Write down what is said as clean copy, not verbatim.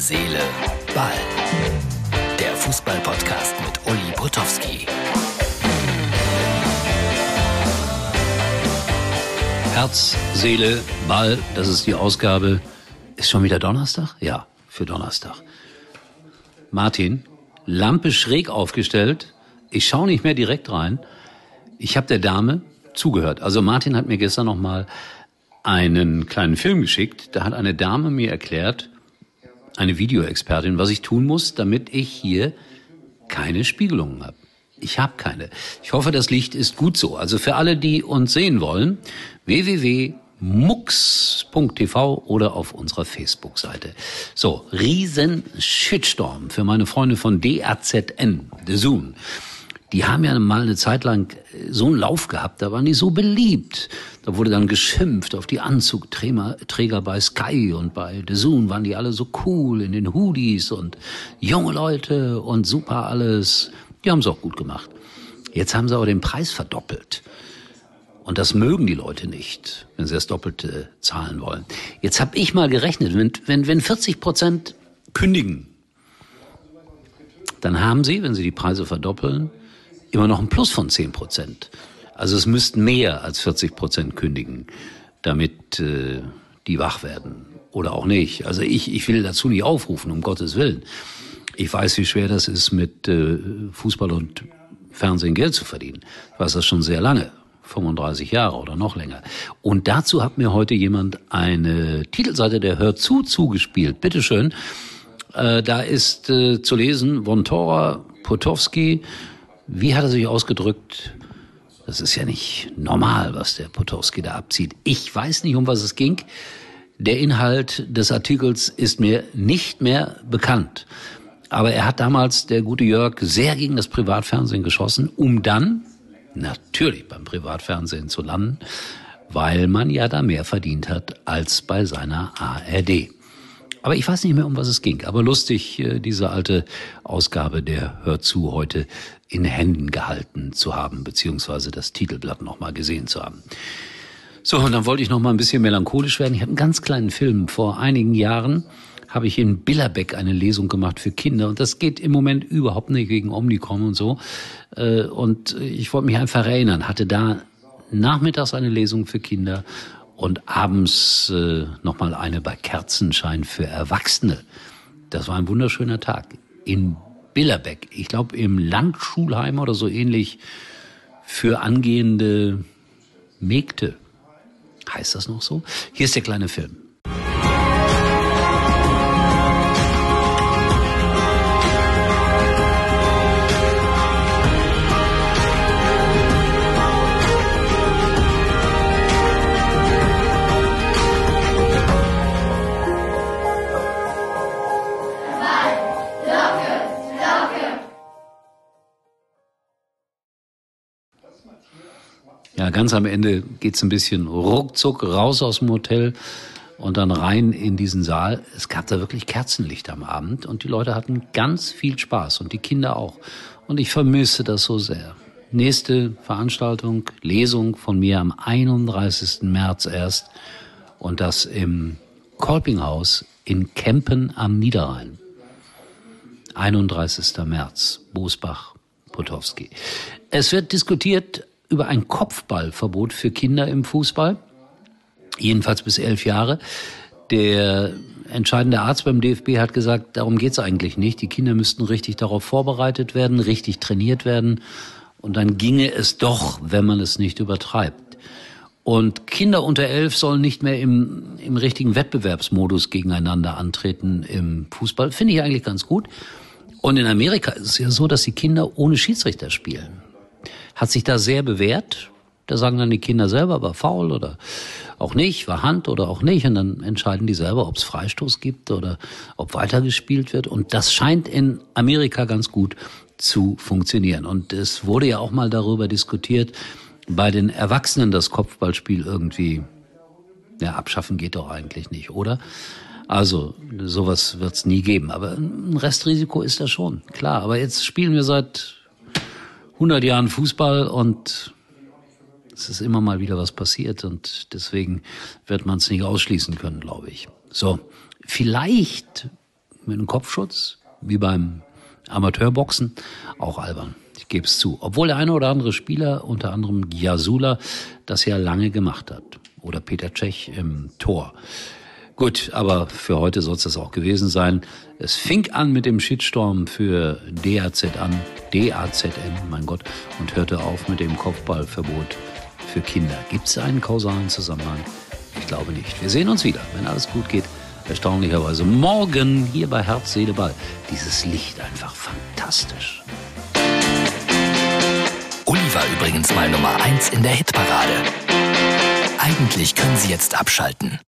Seele, Ball. Der Fußball-Podcast mit Uli Potowski. Herz, Seele, Ball, das ist die Ausgabe. Ist schon wieder Donnerstag? Ja, für Donnerstag. Martin, Lampe schräg aufgestellt. Ich schaue nicht mehr direkt rein. Ich habe der Dame zugehört. Also Martin hat mir gestern noch mal einen kleinen Film geschickt. Da hat eine Dame mir erklärt, eine Videoexpertin, was ich tun muss, damit ich hier keine Spiegelungen habe. Ich habe keine. Ich hoffe, das Licht ist gut so. Also für alle, die uns sehen wollen, www.mux.tv oder auf unserer Facebook-Seite. So, riesen Shitstorm für meine Freunde von DAZN, DAZN. Die haben ja mal eine Zeit lang so einen Lauf gehabt, da waren die so beliebt. Da wurde dann geschimpft auf die Anzugträger bei Sky und bei DAZN waren die alle so cool in den Hoodies und junge Leute und super alles. Die haben es auch gut gemacht. Jetzt haben sie aber den Preis verdoppelt. Und das mögen die Leute nicht, wenn sie das Doppelte zahlen wollen. Jetzt habe ich mal gerechnet, wenn 40% kündigen, dann haben sie, wenn sie die Preise verdoppeln, immer noch ein Plus von 10%. Also es müssten mehr als 40% kündigen, damit die wach werden. Oder auch nicht. Also ich will dazu nicht aufrufen, um Gottes Willen. Ich weiß, wie schwer das ist, mit Fußball und Fernsehen Geld zu verdienen. Ich weiß das schon sehr lange. 35 Jahre oder noch länger. Und dazu hat mir heute jemand eine Titelseite der Hör zugespielt. Bitteschön. Da ist zu lesen, Vontora Potowski. Wie hat er sich ausgedrückt? Das ist ja nicht normal, was der Potowski da abzieht. Ich weiß nicht, um was es ging. Der Inhalt des Artikels ist mir nicht mehr bekannt. Aber er hat damals, der gute Jörg, sehr gegen das Privatfernsehen geschossen, um dann natürlich beim Privatfernsehen zu landen, weil man ja da mehr verdient hat als bei seiner ARD. Aber ich weiß nicht mehr, um was es ging. Aber lustig, diese alte Ausgabe der Hör zu heute in Händen gehalten zu haben, beziehungsweise das Titelblatt noch mal gesehen zu haben. So, und dann wollte ich noch mal ein bisschen melancholisch werden. Ich habe einen ganz kleinen Film. Vor einigen Jahren habe ich in Billerbeck eine Lesung gemacht für Kinder. Und das geht im Moment überhaupt nicht wegen Omikron und so. Und ich wollte mich einfach erinnern, hatte da nachmittags eine Lesung für Kinder und abends nochmal eine bei Kerzenschein für Erwachsene. Das war ein wunderschöner Tag in Billerbeck. Ich glaube im Landschulheim oder so ähnlich für angehende Mägde. Heißt das noch so? Hier ist der kleine Film. Ja, ganz am Ende geht's ein bisschen ruckzuck raus aus dem Hotel und dann rein in diesen Saal. Es gab da wirklich Kerzenlicht am Abend und die Leute hatten ganz viel Spaß und die Kinder auch. Und ich vermisse das so sehr. Nächste Veranstaltung, Lesung von mir am 31. März erst und das im Kolpinghaus in Kempen am Niederrhein. 31. März, Bosbach, Potowski. Es wird diskutiert über ein Kopfballverbot für Kinder im Fußball, jedenfalls bis 11 Jahre. Der entscheidende Arzt beim DFB hat gesagt, darum geht's eigentlich nicht. Die Kinder müssten richtig darauf vorbereitet werden, richtig trainiert werden und dann ginge es doch, wenn man es nicht übertreibt. Und Kinder unter 11 sollen nicht mehr im richtigen Wettbewerbsmodus gegeneinander antreten im Fußball. Finde ich eigentlich ganz gut. Und in Amerika ist es ja so, dass die Kinder ohne Schiedsrichter spielen. Hat sich da sehr bewährt. Da sagen dann die Kinder selber, war faul oder auch nicht, war Hand oder auch nicht. Und dann entscheiden die selber, ob es Freistoß gibt oder ob weitergespielt wird. Und das scheint in Amerika ganz gut zu funktionieren. Und es wurde ja auch mal darüber diskutiert, bei den Erwachsenen das Kopfballspiel irgendwie, ja, abschaffen geht doch eigentlich nicht, oder? Also sowas wird's nie geben. Aber ein Restrisiko ist da schon, klar. Aber jetzt spielen wir seit 100 Jahren Fußball und es ist immer mal wieder was passiert und deswegen wird man es nicht ausschließen können, glaube ich. So, vielleicht mit einem Kopfschutz, wie beim Amateurboxen, auch albern. Ich gebe es zu. Obwohl der eine oder andere Spieler, unter anderem Jasula, das ja lange gemacht hat. Oder Peter Cech im Tor. Gut, aber für heute soll es das auch gewesen sein. Es fing an mit dem Shitstorm für DAZN, mein Gott, und hörte auf mit dem Kopfballverbot für Kinder. Gibt es einen kausalen Zusammenhang? Ich glaube nicht. Wir sehen uns wieder, wenn alles gut geht. Erstaunlicherweise morgen hier bei Herz, Seele, Ball. Dieses Licht einfach fantastisch. Uli war übrigens mal Nummer 1 in der Hitparade. Eigentlich können Sie jetzt abschalten.